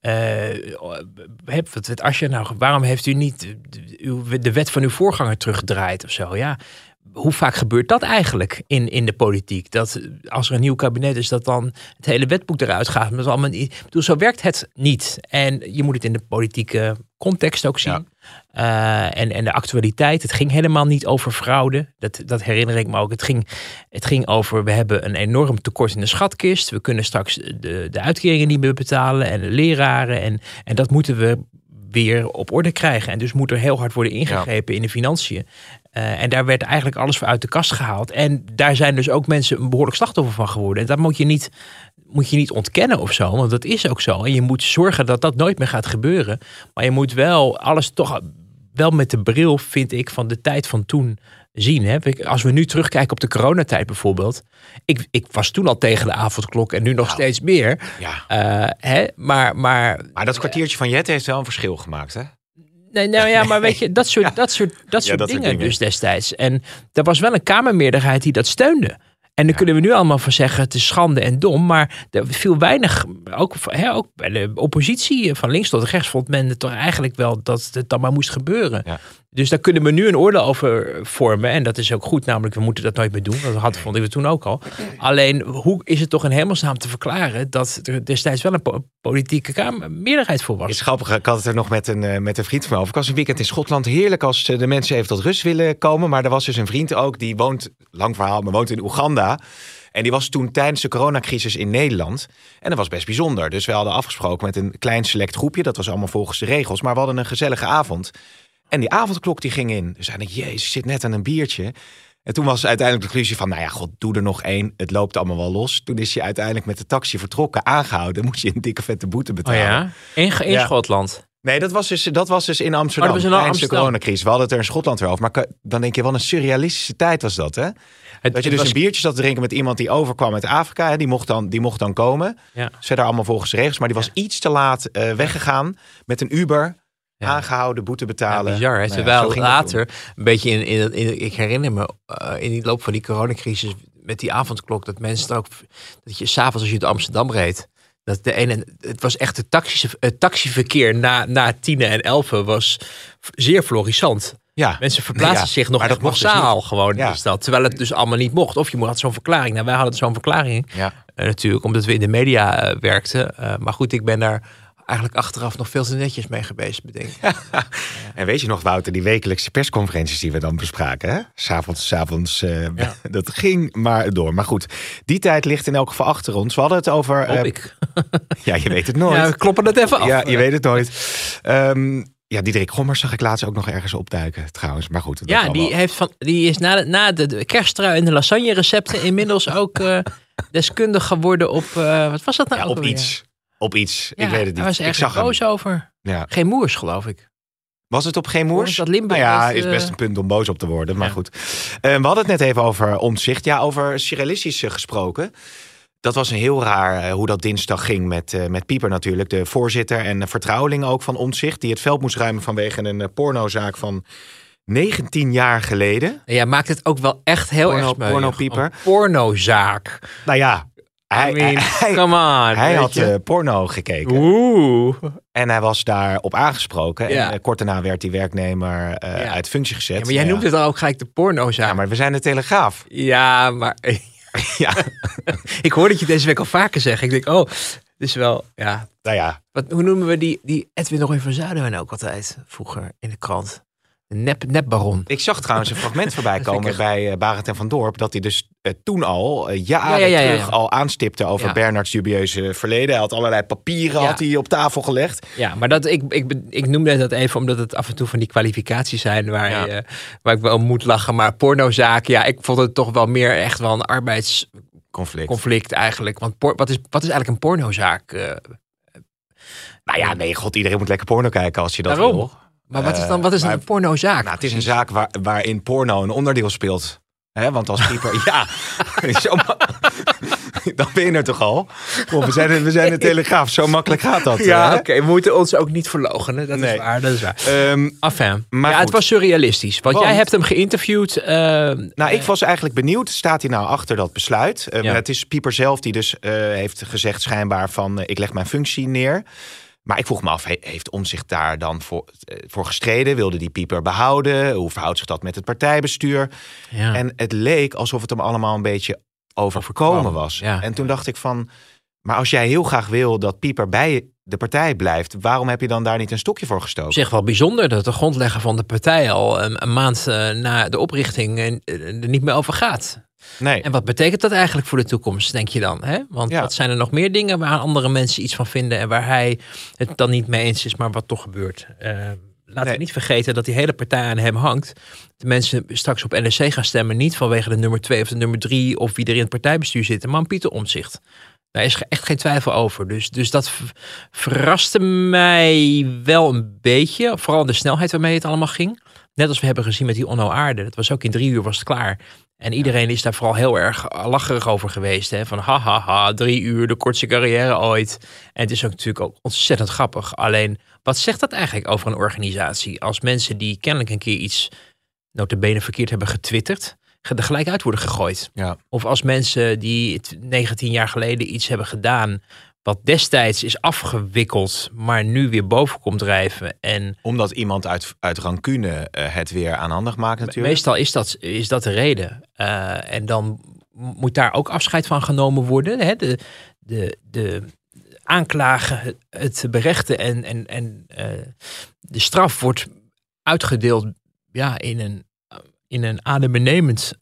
waarom heeft u niet de wet van uw voorganger teruggedraaid of zo? Ja. Hoe vaak gebeurt dat eigenlijk in de politiek? Dat als er een nieuw kabinet is, dat dan het hele wetboek eruit gaat. Maar allemaal niet. Ik bedoel, zo werkt het niet. En je moet het in de politieke context ook zien. Ja. En de actualiteit. Het ging helemaal niet over fraude. Dat herinner ik me ook. Het ging over, we hebben een enorm tekort in de schatkist. We kunnen straks de uitkeringen niet meer betalen. En de leraren. En dat moeten we weer op orde krijgen. En dus moet er heel hard worden ingegrepen in de financiën. En daar werd eigenlijk alles voor uit de kast gehaald. En daar zijn dus ook mensen een behoorlijk slachtoffer van geworden. En dat moet je niet ontkennen of zo. Want dat is ook zo. En je moet zorgen dat dat nooit meer gaat gebeuren. Maar je moet wel alles toch wel met de bril, vind ik, van de tijd van toen zien. Hè? Als we nu terugkijken op de coronatijd bijvoorbeeld. Ik was toen al tegen de avondklok en nu nog steeds meer. Ja. Maar dat kwartiertje van Jette heeft wel een verschil gemaakt, hè? Nee, maar weet je, dat soort dingen dus destijds. En er was wel een Kamermeerderheid die dat steunde. En dan kunnen we nu allemaal van zeggen, het is schande en dom. Maar er viel weinig, ook bij de oppositie van links tot rechts, vond men het toch eigenlijk wel dat het dan maar moest gebeuren. Ja. Dus daar kunnen we nu een oordeel over vormen. En dat is ook goed, namelijk we moeten dat nooit meer doen. Dat vonden we toen ook al. Alleen, hoe is het toch in hemelsnaam te verklaren dat er destijds wel een politieke meerderheid voor was? Het is grappig, ik had het er nog met een vriend van me over. Ik was een weekend in Schotland. Heerlijk als de mensen even tot rust willen komen. Maar er was dus een vriend ook, die woont, lang verhaal, maar woont in Oeganda. En die was toen tijdens de coronacrisis in Nederland. En dat was best bijzonder. Dus we hadden afgesproken met een klein select groepje. Dat was allemaal volgens de regels. Maar we hadden een gezellige avond. En die avondklok die ging in. Dus hij dacht, jezus, ik zit net aan een biertje. En toen was uiteindelijk de conclusie van, nou ja, god, doe er nog één. Het loopt allemaal wel los. Toen is hij uiteindelijk met de taxi vertrokken, aangehouden. Moest je een dikke vette boete betalen. Oh ja? In Schotland? Nee, dat was dus in Amsterdam. Tijdens de coronacrisis. We hadden het er in Schotland weer over. Maar dan denk je, wat een surrealistische tijd was dat, hè? Dat je dus een biertje zat te drinken met iemand die overkwam uit Afrika. Hè? Die mocht dan komen. Ja. Verder allemaal volgens de regels. Maar die was iets te laat weggegaan met een Uber. Aangehouden, boete betalen. Ja, bizar, hè? Terwijl later, een beetje ik herinner me in die loop van die coronacrisis met die avondklok, dat mensen er ook, dat je s'avonds als je uit Amsterdam reed, dat het was echt het taxiverkeer na 10 en 11 was zeer florissant. Ja. Mensen verplaatsen zich nog echt massaal dus gewoon in de stad. Terwijl het dus allemaal niet mocht. Of je had zo'n verklaring. Nou, wij hadden zo'n verklaring natuurlijk, omdat we in de media werkten. Maar goed, ik ben daar eigenlijk achteraf nog veel te netjes mee geweest, bedenk ik. Ja. En weet je nog, Wouter, die wekelijkse persconferenties die we dan bespraken, hè? S'avonds, dat ging maar door. Maar goed, die tijd ligt in elk geval achter ons. We hadden het over... Ja, je weet het nooit. Ja, we kloppen het even af. Ja, je weet het nooit. Diederik Gommers zag ik laatst ook nog ergens opduiken, trouwens. Maar goed. Ja, die is na de kersttrui en de lasagne recepten inmiddels ook deskundig geworden op... wat was dat nou ook alweer? Op iets, ik weet het niet. Hij was ergens boos over. Ja. Geen Moers, geloof ik. Was het op Geen Moers? Dat Limburg is best een punt om boos op te worden, maar goed. We hadden het net even over Omtzigt. Ja, over surrealistisch gesproken. Dat was een heel raar hoe dat dinsdag ging met Pieper natuurlijk. De voorzitter en vertrouweling ook van Omtzigt. Die het veld moest ruimen vanwege een pornozaak van 19 jaar geleden. Ja, maakt het ook wel echt heel erg smeuig. Porno-pieper. Een pornozaak. Nou ja, hij had porno gekeken. Oeh. En hij was daarop aangesproken. Ja. En kort daarna werd die werknemer uit functie gezet. Ja, maar jij noemt het al ook gelijk de pornozaak. Ja, maar we zijn de Telegraaf. Ja, maar... Ja. Ik hoor dat je deze week al vaker zegt. Ik denk, dus wel, ja. Nou ja. Hoe noemen we die Edwin nog even van Zuiderwijn ook altijd vroeger in de krant? De nepbaron. Ik zag trouwens een fragment voorbij komen bij Barend en van Dorp. Dat hij dus toen al jaren terug al aanstipte over Bernards dubieuze verleden. Hij had allerlei papieren had hij op tafel gelegd. Ja, maar ik noemde dat even omdat het af en toe van die kwalificaties zijn waar ik wel moet lachen. Maar pornozaak, ik vond het toch wel meer echt wel een arbeidsconflict eigenlijk. Want wat is eigenlijk een pornozaak? Nou ja, nee, god, iedereen moet lekker porno kijken als je dat wil. Maar wat is dan een pornozaak? Nou, het is een zaak waarin porno een onderdeel speelt. Want als pieper, dan ben je er toch al. We zijn de Telegraaf, zo makkelijk gaat dat. Ja, oké, we moeten ons ook niet verloochenen. Dat is waar. Enfin, maar het was surrealistisch. Want jij hebt hem geïnterviewd. Ik was eigenlijk benieuwd. Staat hij nou achter dat besluit? Het is Pieper zelf die dus heeft gezegd schijnbaar van... ik leg mijn functie neer. Maar ik vroeg me af, heeft Omtzigt daar dan voor gestreden? Wilde die Pieper behouden? Hoe verhoudt zich dat met het partijbestuur? Ja. En het leek alsof het hem allemaal een beetje overkomen was. Ja. En toen dacht ik van, maar als jij heel graag wil dat Pieper bij de partij blijft, waarom heb je dan daar niet een stokje voor gestoken? Zeg wel bijzonder dat de grondlegger van de partij al een maand na de oprichting er niet meer over gaat. Nee. En wat betekent dat eigenlijk voor de toekomst, denk je dan? Hè? Want wat zijn er nog meer dingen waar andere mensen iets van vinden en waar hij het dan niet mee eens is, maar wat toch gebeurt? Laten we niet vergeten dat die hele partij aan hem hangt. De mensen straks op NSC gaan stemmen niet vanwege de nummer 2 of de nummer 3 of wie er in het partijbestuur zit, maar Pieter Omtzigt. Daar is echt geen twijfel over. Dus dat verraste mij wel een beetje. Vooral de snelheid waarmee het allemaal ging. Net als we hebben gezien met die Onno Aarde. Dat was ook in 3 uur was het klaar. En iedereen is daar vooral heel erg lacherig over geweest. Hè? Van 3 uur, de kortste carrière ooit. En het is ook natuurlijk ook ontzettend grappig. Alleen, wat zegt dat eigenlijk over een organisatie? Als mensen die kennelijk een keer iets nota bene verkeerd hebben getwitterd, er gelijk uit worden gegooid. Ja. Of als mensen die 19 jaar geleden iets hebben gedaan wat destijds is afgewikkeld, maar nu weer boven komt drijven. En omdat iemand uit rancune het weer aanhandig maakt natuurlijk. Meestal is dat de reden. En dan moet daar ook afscheid van genomen worden. Hè? De aanklagen, het berechten en de straf wordt uitgedeeld in een adembenemend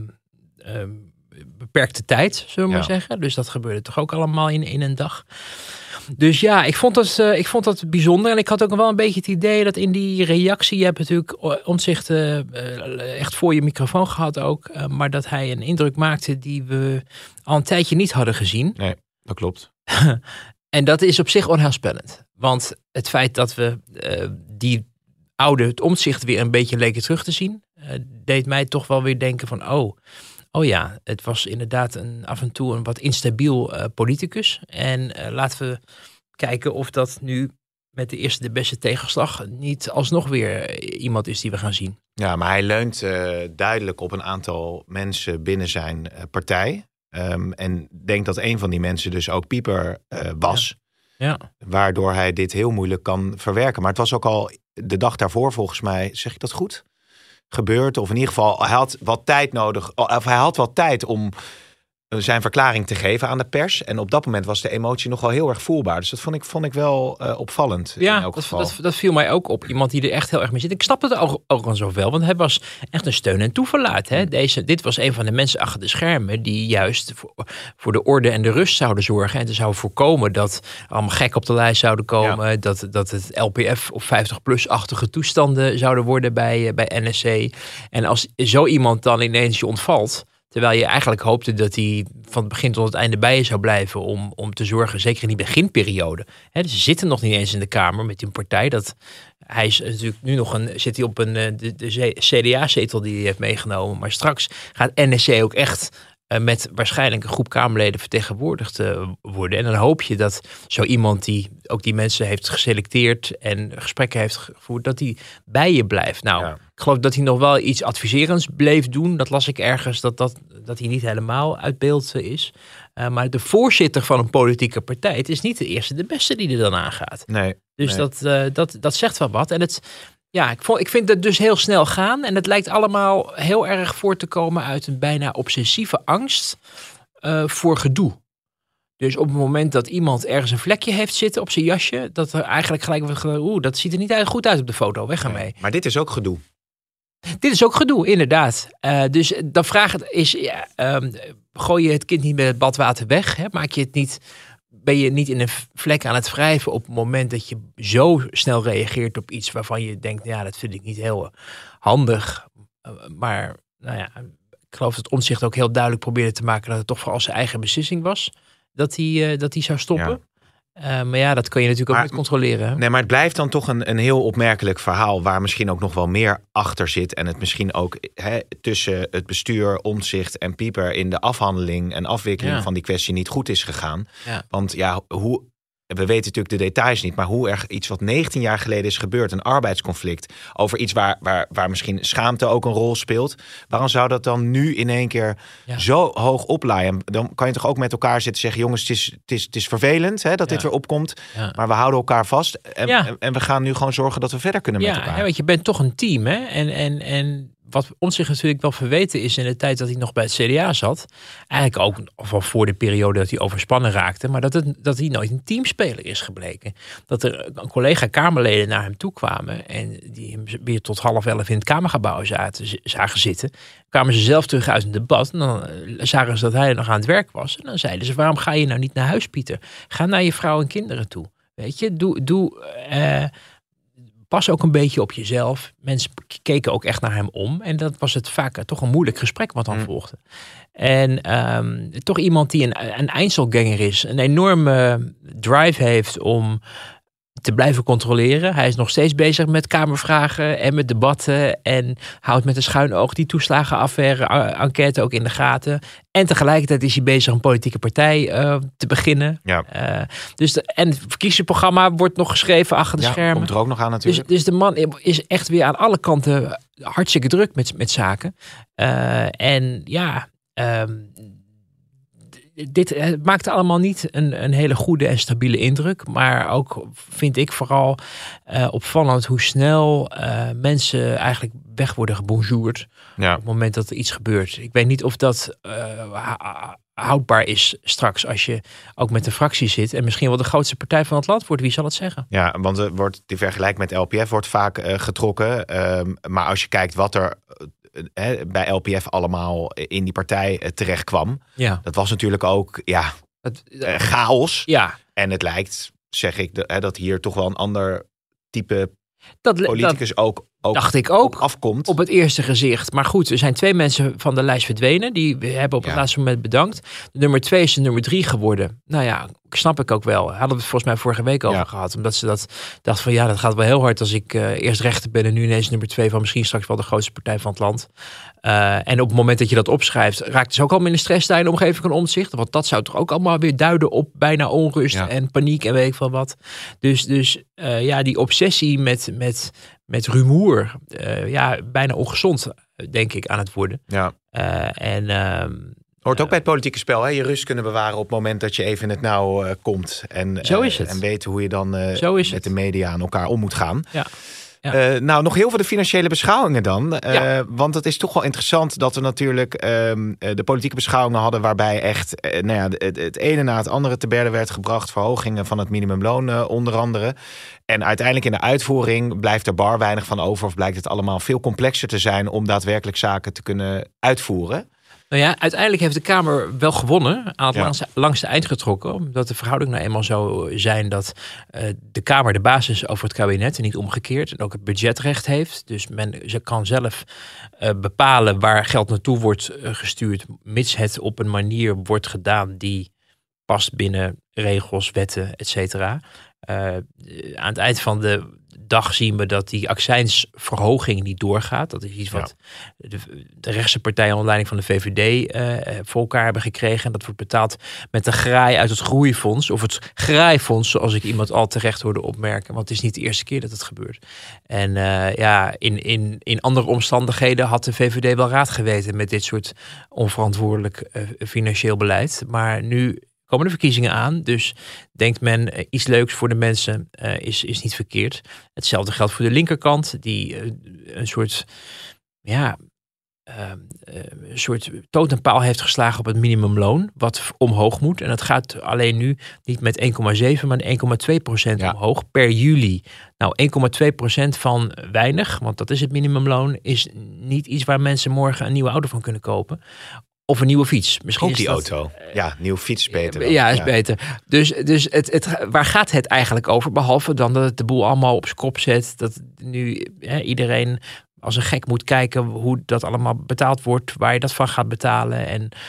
beperkte tijd, zullen we maar zeggen. Dus dat gebeurde toch ook allemaal in een dag. Dus ja, ik vond dat bijzonder. En ik had ook wel een beetje het idee dat in die reactie, je hebt natuurlijk Omtzigt echt voor je microfoon gehad ook, maar dat hij een indruk maakte die we al een tijdje niet hadden gezien. Nee, dat klopt. En dat is op zich onheilspellend. Want het feit dat we die oude het Omtzigt weer een beetje leken terug te zien, deed mij toch wel weer denken van, oh ja, het was inderdaad af en toe een wat instabiel politicus. En laten we kijken of dat nu met de eerste de beste tegenslag niet alsnog weer iemand is die we gaan zien. Ja, maar hij leunt duidelijk op een aantal mensen binnen zijn partij. En denk dat een van die mensen dus ook Pieper was. Ja. Waardoor hij dit heel moeilijk kan verwerken. Maar het was ook al de dag daarvoor volgens mij, zeg ik dat goed, gebeurd. Of in ieder geval, hij had wat tijd nodig. Of hij had wat tijd om zijn verklaring te geven aan de pers. En op dat moment was de emotie nog wel heel erg voelbaar. Dus dat vond ik wel opvallend. Ja, in elk geval. Dat viel mij ook op. Iemand die er echt heel erg mee zit. Ik snap het ook al zoveel. Want hij was echt een steun en toeverlaat. Hè? Dit was een van de mensen achter de schermen die juist voor de orde en de rust zouden zorgen. En te zouden voorkomen dat allemaal gek op de lijst zouden komen. Ja. Dat het LPF of 50-plus-achtige toestanden zouden worden bij NSC. En als zo iemand dan ineens je ontvalt, terwijl je eigenlijk hoopte dat hij van het begin tot het einde bij je zou blijven om te zorgen, zeker in die beginperiode. Dus ze zitten nog niet eens in de Kamer met die partij. Hij is natuurlijk nu nog zit hij op de CDA-zetel die hij heeft meegenomen. Maar straks gaat NSC ook echt met waarschijnlijk een groep Kamerleden vertegenwoordigd worden. En dan hoop je dat zo iemand die ook die mensen heeft geselecteerd en gesprekken heeft gevoerd, dat die bij je blijft. Nou, ik geloof dat hij nog wel iets adviserends bleef doen. Dat las ik ergens, dat hij niet helemaal uit beeld is. Maar de voorzitter van een politieke partij, het is niet de eerste, de beste die er dan aangaat. Nee. Dus dat zegt wel wat. En ik vind het dus heel snel gaan. En het lijkt allemaal heel erg voort te komen uit een bijna obsessieve angst voor gedoe. Dus op het moment dat iemand ergens een vlekje heeft zitten op zijn jasje, dat er eigenlijk gelijk wordt dat ziet er niet goed uit op de foto, weg ermee. Maar dit is ook gedoe. Dit is ook gedoe, inderdaad. Dus dan vraag is, gooi je het kind niet met het badwater weg? Hè? Ben je niet in een vlek aan het wrijven op het moment dat je zo snel reageert op iets waarvan je denkt, dat vind ik niet heel handig. Maar ik geloof dat Omtzigt ook heel duidelijk probeerde te maken dat het toch vooral zijn eigen beslissing was dat hij zou stoppen. Ja. Maar dat kan je natuurlijk ook niet controleren. Hè? Nee, maar het blijft dan toch een heel opmerkelijk verhaal waar misschien ook nog wel meer achter zit. En het misschien ook tussen het bestuur, Omtzigt en Pieper in de afhandeling en afwikkeling van die kwestie niet goed is gegaan. Ja. Want we weten natuurlijk de details niet, maar hoe er iets wat 19 jaar geleden is gebeurd, een arbeidsconflict, over iets waar misschien schaamte ook een rol speelt. Waarom zou dat dan nu in één keer zo hoog oplaaien? Dan kan je toch ook met elkaar zitten en zeggen, jongens, het is vervelend dat dit weer opkomt, maar we houden elkaar vast en we gaan nu gewoon zorgen dat we verder kunnen met elkaar. Ja, want je bent toch een team, hè? En wat Omtzigt natuurlijk wel verweten is in de tijd dat hij nog bij het CDA zat, eigenlijk ook al voor de periode dat hij overspannen raakte, maar dat hij nooit een teamspeler is gebleken. Dat er een collega-Kamerleden naar hem toe kwamen en die hem weer tot 10:30 in het Kamergebouw zagen zitten. Kwamen ze zelf terug uit een debat en dan zagen ze dat hij nog aan het werk was. En dan zeiden ze, waarom ga je nou niet naar huis, Pieter? Ga naar je vrouw en kinderen toe. Weet je, pas ook een beetje op jezelf. Mensen keken ook echt naar hem om. En dat was het vaak toch een moeilijk gesprek wat dan volgde. En toch iemand die een Einzelganger is. Een enorme drive heeft om te blijven controleren. Hij is nog steeds bezig met Kamervragen en met debatten. En houdt met een schuin oog die toeslagenaffaire enquête ook in de gaten. En tegelijkertijd is hij bezig een politieke partij te beginnen. Ja. En het verkiezingsprogramma wordt nog geschreven achter de schermen. Komt er ook nog aan natuurlijk. Dus de man is echt weer aan alle kanten hartstikke druk met zaken. Dit maakte allemaal niet een hele goede en stabiele indruk. Maar ook vind ik vooral opvallend hoe snel mensen eigenlijk weg worden gebonjourd. Ja. Op het moment dat er iets gebeurt. Ik weet niet of dat houdbaar is straks als je ook met een fractie zit. En misschien wel de grootste partij van het land wordt. Wie zal het zeggen? Ja, want die vergelijking met LPF wordt vaak getrokken. Maar als je kijkt wat er bij LPF allemaal in die partij terecht kwam. Ja. Dat was natuurlijk ook chaos. Ja. En het lijkt, zeg ik, dat hier toch wel een ander type politicus ook dacht ik ook afkomt. Op het eerste gezicht. Maar goed, er zijn 2 mensen van de lijst verdwenen. Die hebben op het laatste moment bedankt. De nummer 2 is de nummer 3 geworden. Nou ja, snap ik ook wel. Hadden we het volgens mij vorige week over gehad. Omdat ze dat dachten van dat gaat wel heel hard als ik eerst rechter ben en nu ineens nummer 2 van misschien straks wel de grootste partij van het land. En op het moment dat je dat opschrijft, raakt ze ook al in de stress in de omgeving van Omtzigt. Want dat zou toch ook allemaal weer duiden op bijna onrust en paniek en weet ik veel wat. Dus die obsessie met rumoer, bijna ongezond, denk ik, aan het worden. Ja. Hoort ook bij het politieke spel, hè? Je rust kunnen bewaren op het moment dat je even in het nauw komt. Zo is het. En weten hoe je dan met de media aan elkaar om moet gaan. Ja. Ja. Nog heel veel de financiële beschouwingen dan. Want het is toch wel interessant dat we natuurlijk de politieke beschouwingen hadden waarbij echt het ene na het andere te berde werd gebracht. Verhogingen van het minimumloon onder andere. En uiteindelijk in de uitvoering blijft er bar weinig van over. Of blijkt het allemaal veel complexer te zijn om daadwerkelijk zaken te kunnen uitvoeren. Nou ja, uiteindelijk heeft de Kamer wel gewonnen, aan het langste eind getrokken. Omdat de verhouding nou eenmaal zo zijn dat de Kamer de basis over het kabinet en niet omgekeerd. En ook het budgetrecht heeft. Dus ze kan zelf bepalen waar geld naartoe wordt gestuurd. Mits het op een manier wordt gedaan die past binnen regels, wetten, et cetera. Aan het eind van de dag zien we dat die accijnsverhoging niet doorgaat. Dat is iets wat de rechtse partijen onder leiding van de VVD voor elkaar hebben gekregen. En dat wordt betaald met een graai uit het groeifonds. Of het graaifonds, zoals ik iemand al terecht hoorde opmerken. Want het is niet de eerste keer dat het gebeurt. En in andere omstandigheden had de VVD wel raad geweten met dit soort onverantwoordelijk financieel beleid. Maar nu komen de verkiezingen aan, dus denkt men iets leuks voor de mensen is niet verkeerd. Hetzelfde geldt voor de linkerkant, die een soort totempaal heeft geslagen op het minimumloon, wat omhoog moet. En dat gaat alleen nu niet met 1,7, maar 1,2% omhoog per juli. Nou, 1,2% van weinig, want dat is het minimumloon, is niet iets waar mensen morgen een nieuwe auto van kunnen kopen. Of een nieuwe fiets. Misschien ook die auto. Nieuwe fiets is beter dan. Ja, is beter. Dus waar gaat het eigenlijk over? Behalve dan dat het de boel allemaal op zijn kop zet. Dat nu iedereen als een gek moet kijken hoe dat allemaal betaald wordt. Waar je dat van gaat betalen.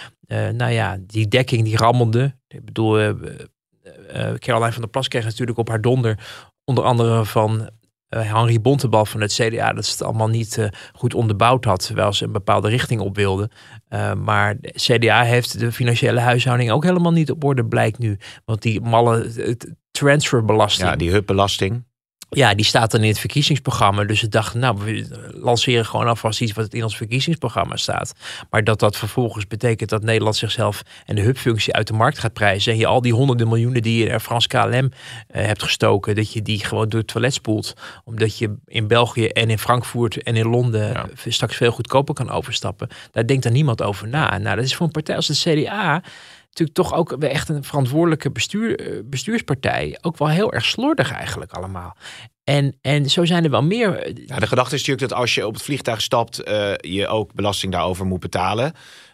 En die dekking die rammelde. Ik bedoel, Caroline van der Plas kreeg natuurlijk op haar donder. Onder andere van Henri Bontebal van het CDA, dat ze het allemaal niet goed onderbouwd had, terwijl ze een bepaalde richting op wilde. Maar de CDA heeft de financiële huishouding ook helemaal niet op orde, blijkt nu. Want die malle transferbelasting. Ja, die hubbelasting. Ja, die staat dan in het verkiezingsprogramma. Dus ze dachten, we lanceren gewoon alvast iets wat in ons verkiezingsprogramma staat. Maar dat vervolgens betekent dat Nederland zichzelf en de hubfunctie uit de markt gaat prijzen. En je al die honderden miljoenen die je naar Frans KLM hebt gestoken, dat je die gewoon door het toilet spoelt. Omdat je in België en in Frankfurt en in Londen straks veel goedkoper kan overstappen. Daar denkt dan niemand over na. Nou, dat is voor een partij als de CDA natuurlijk toch ook echt een verantwoordelijke bestuurspartij. Ook wel heel erg slordig eigenlijk allemaal. En zo zijn er wel meer. Ja, de gedachte is natuurlijk dat als je op het vliegtuig stapt, je ook belasting daarover moet betalen.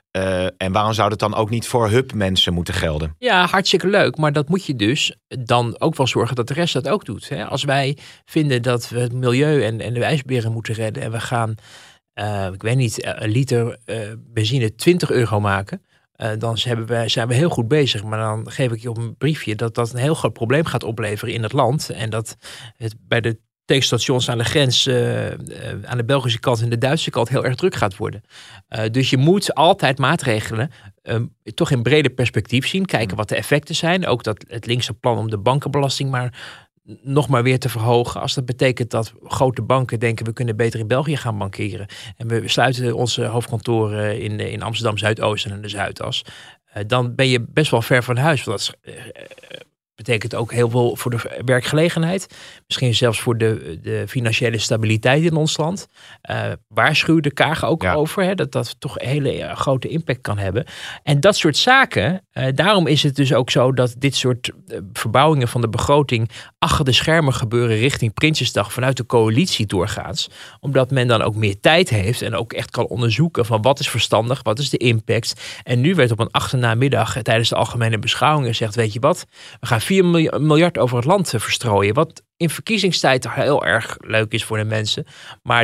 En waarom zou dat dan ook niet voor hubmensen moeten gelden? Ja, hartstikke leuk. Maar dat moet je dus dan ook wel zorgen dat de rest dat ook doet. Hè? Als wij vinden dat we het milieu en de ijsberen moeten redden. En we gaan, ik weet niet, een liter benzine €20 maken. Dan zijn we heel goed bezig. Maar dan geef ik je op een briefje dat een heel groot probleem gaat opleveren in het land. En dat het bij de tankstations aan de grens, aan de Belgische kant en de Duitse kant heel erg druk gaat worden. Dus je moet altijd maatregelen toch in breder perspectief zien. Kijken wat de effecten zijn. Ook dat het linkse plan om de bankenbelasting nog maar weer te verhogen. Als dat betekent dat grote banken denken we kunnen beter in België gaan bankeren. En we sluiten onze hoofdkantoren in Amsterdam Zuidoosten en de Zuidas. Dan ben je best wel ver van huis. Want dat betekent ook heel veel voor de werkgelegenheid. Misschien zelfs voor de financiële stabiliteit in ons land. Waarschuw de Kaag ook over. Dat toch een hele grote impact kan hebben. En dat soort zaken. Daarom is het dus ook zo dat dit soort verbouwingen van de begroting achter de schermen gebeuren richting Prinsjesdag vanuit de coalitie doorgaans. Omdat men dan ook meer tijd heeft en ook echt kan onderzoeken van wat is verstandig, wat is de impact. En nu werd op een achternamiddag tijdens de algemene beschouwing gezegd, weet je wat, we gaan 4 miljard over het land verstrooien. Wat in verkiezingstijd heel erg leuk is voor de mensen. Maar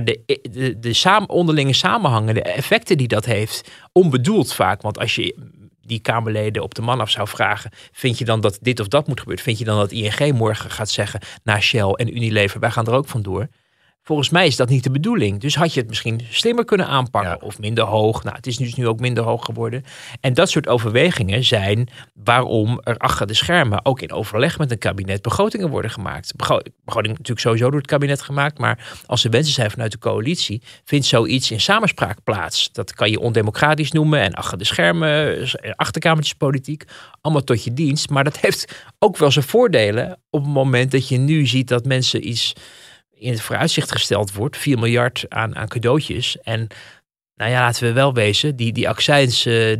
de onderlinge samenhangen, de effecten die dat heeft, onbedoeld vaak. Want als je die Kamerleden op de man af zou vragen, vind je dan dat dit of dat moet gebeuren? Vind je dan dat ING morgen gaat zeggen naar Shell en Unilever, wij gaan er ook vandoor? Volgens mij is dat niet de bedoeling. Dus had je het misschien slimmer kunnen aanpakken of minder hoog. Nou, het is dus nu ook minder hoog geworden. En dat soort overwegingen zijn waarom er achter de schermen ook in overleg met een kabinet begrotingen worden gemaakt. Begroting natuurlijk sowieso door het kabinet gemaakt. Maar als er wensen zijn vanuit de coalitie, vindt zoiets in samenspraak plaats. Dat kan je ondemocratisch noemen en achter de schermen, achterkamertjespolitiek. Allemaal tot je dienst. Maar dat heeft ook wel zijn voordelen op het moment dat je nu ziet dat mensen iets in het vooruitzicht gesteld wordt, 4 miljard aan cadeautjes. En nou ja, laten we wel wezen, die accijns,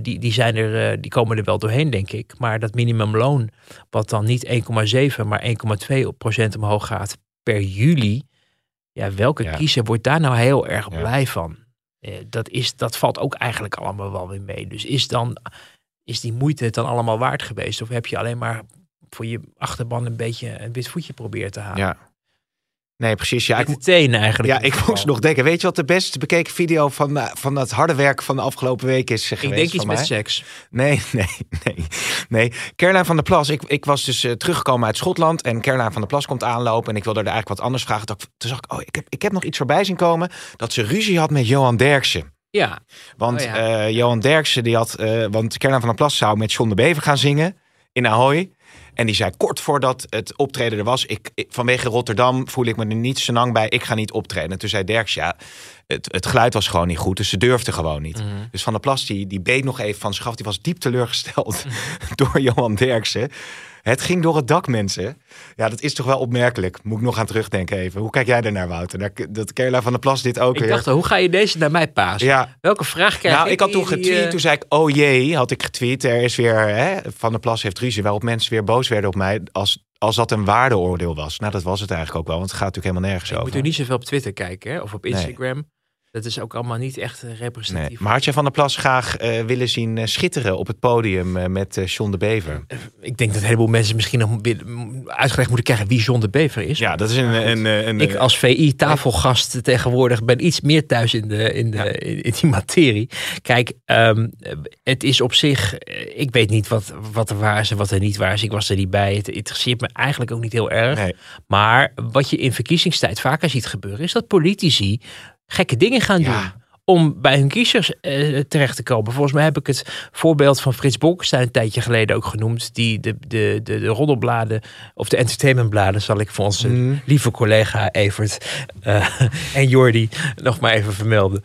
die komen er wel doorheen, denk ik. Maar dat minimumloon, wat dan niet 1,7, maar 1,2% omhoog gaat per juli. Ja, welke kiezer wordt daar nou heel erg blij van? Dat valt ook eigenlijk allemaal wel weer mee. Dus is die moeite het dan allemaal waard geweest? Of heb je alleen maar voor je achterban een beetje een wit voetje proberen te halen? Ja. Nee, precies. Ja, ik moest nog denken. Weet je wat de best bekeken video van het harde werk van de afgelopen week is geweest? Ik denk iets met seks. Nee. Nee, Caroline van der Plas. Ik was dus teruggekomen uit Schotland en Caroline van der Plas komt aanlopen en ik wilde er eigenlijk wat anders vragen. Toen zag ik, ik heb nog iets voorbij zien komen dat ze ruzie had met Johan Derksen. Ja. Want Johan Derksen, die had... want Caroline van der Plas zou met John de Bever gaan zingen in Ahoy. En die zei kort voordat het optreden er was... vanwege Rotterdam voel ik me er niet zo lang bij. Ik ga niet optreden. En toen zei Derksen, het geluid was gewoon niet goed. Dus ze durfde gewoon niet. Mm-hmm. Dus Van der Plas, die beet nog even van zich af. Die was diep teleurgesteld door Johan Derksen. Het ging door het dak, mensen. Ja, dat is toch wel opmerkelijk. Moet ik nog aan terugdenken even. Hoe kijk jij daarnaar, Wouter? Dat Caroline van der Plas dit ook Ik dacht, hoe ga je deze naar mij pasen? Ja. Welke vraag krijg ik? Had toen getweet. Toen zei ik, oh jee, had ik getweet. Er is weer, Van der Plas heeft ruzie. Waarop mensen weer boos werden op mij. Als dat een waardeoordeel was. Nou, dat was het eigenlijk ook wel. Want het gaat natuurlijk helemaal nergens over. Je moet er niet zoveel op Twitter kijken, hè? Of op Instagram. Nee. Dat is ook allemaal niet echt representatief. Nee. Maar had je Van der Plas graag willen zien schitteren op het podium met John de Bever? Ik denk dat een heleboel mensen misschien nog uitgelegd moeten krijgen wie John de Bever is. Ja, dat is een ik als VI-tafelgast tegenwoordig ben iets meer thuis in die materie. Kijk, het is op zich... Ik weet niet wat er waar is en wat er niet waar is. Ik was er niet bij. Het interesseert me eigenlijk ook niet heel erg. Nee. Maar wat je in verkiezingstijd vaker ziet gebeuren... is dat politici gekke dingen gaan doen om bij hun kiezers terecht te komen. Volgens mij heb ik het voorbeeld van Frits Bolkestein een tijdje geleden ook genoemd, die de roddelbladen of de entertainmentbladen, zal ik voor onze lieve collega Evert en Jordi nog maar even vermelden.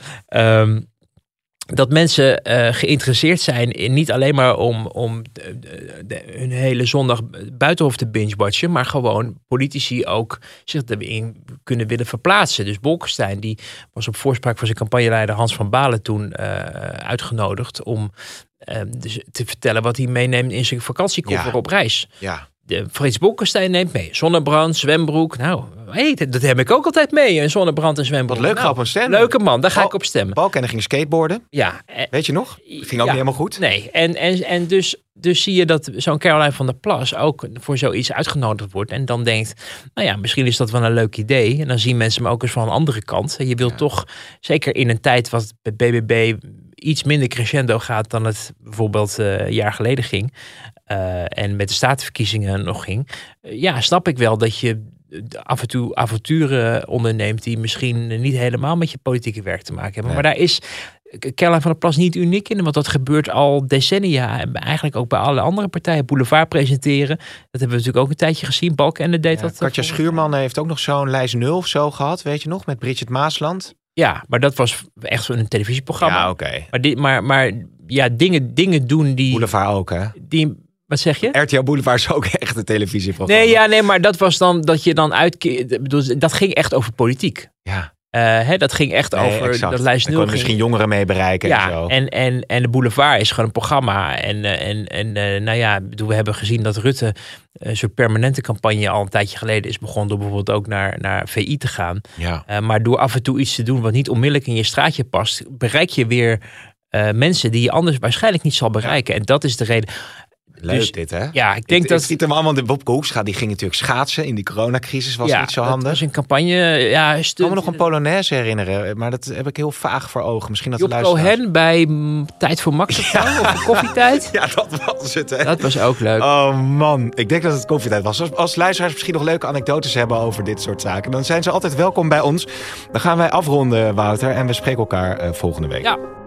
Dat mensen geïnteresseerd zijn in niet alleen maar om hun hele zondag buitenhof te binge-watchen, maar gewoon politici ook zich erin kunnen willen verplaatsen. Dus Bolkestein, die was op voorspraak van zijn campagneleider Hans van Balen toen uitgenodigd om dus te vertellen wat hij meeneemt in zijn vakantiekoffer op reis. Ja. Frits Bolkestein neemt mee zonnebrand, zwembroek. Nou, dat heb ik ook altijd mee. Een zonnebrand en zwembroek. Wat leuk, nou, op een stem. Leuke man, daar ga ik op stemmen. Balkenende ging skateboarden. Ja. Weet je nog? Ging ook niet helemaal goed. Nee, en dus zie je dat zo'n Caroline van der Plas ook voor zoiets uitgenodigd wordt. En dan denkt, nou ja, misschien is dat wel een leuk idee. En dan zien mensen hem ook eens van een andere kant. En je wilt toch, zeker in een tijd wat bij BBB iets minder crescendo gaat dan het bijvoorbeeld een jaar geleden ging. En met de statenverkiezingen nog ging. Snap ik wel dat je af en toe avonturen onderneemt die misschien niet helemaal met je politieke werk te maken hebben. Nee. Maar daar is Caroline van der Plas niet uniek in, want dat gebeurt al decennia. En eigenlijk ook bij alle andere partijen. Boulevard presenteren, dat hebben we natuurlijk ook een tijdje gezien. Balkenende deed dat. Katja Schuurman heeft ook nog zo'n lijst 0 of zo gehad, weet je nog, met Bridget Maasland. Ja, maar dat was echt zo'n televisieprogramma. Ja, oké. Maar dingen doen die... Boulevard ook, hè? Wat zeg je? RTL Boulevard is ook echt een televisieprogramma. Nee, maar dat was dan dat je dan dat ging echt over politiek. Ja. Dat ging echt over exact. Dat lijst 0. Daar kon misschien jongeren mee bereiken. Ja, en zo. En de Boulevard is gewoon een programma. We hebben gezien dat Rutte een soort permanente campagne al een tijdje geleden is begonnen door bijvoorbeeld ook naar VI te gaan. Ja. Maar door af en toe iets te doen wat niet onmiddellijk in je straatje past, bereik je weer mensen die je anders waarschijnlijk niet zal bereiken. Ja. En dat is de reden. Leuk dus, dit, hè? Ja, ik denk dat... Het schiet hem allemaal... De Wopke Hoekstra, die ging natuurlijk schaatsen in die coronacrisis. Was niet zo handig. Dat was een campagne... Ik kan me nog een Polonaise herinneren. Maar dat heb ik heel vaag voor ogen. Misschien dat Job Cohen bij Tijd voor Max of Koffietijd. Ja, dat was het, hè? Dat was ook leuk. Oh man, ik denk dat het Koffietijd was. Als luisteraars misschien nog leuke anekdotes hebben over dit soort zaken, dan zijn ze altijd welkom bij ons. Dan gaan wij afronden, Wouter. En we spreken elkaar volgende week. Ja.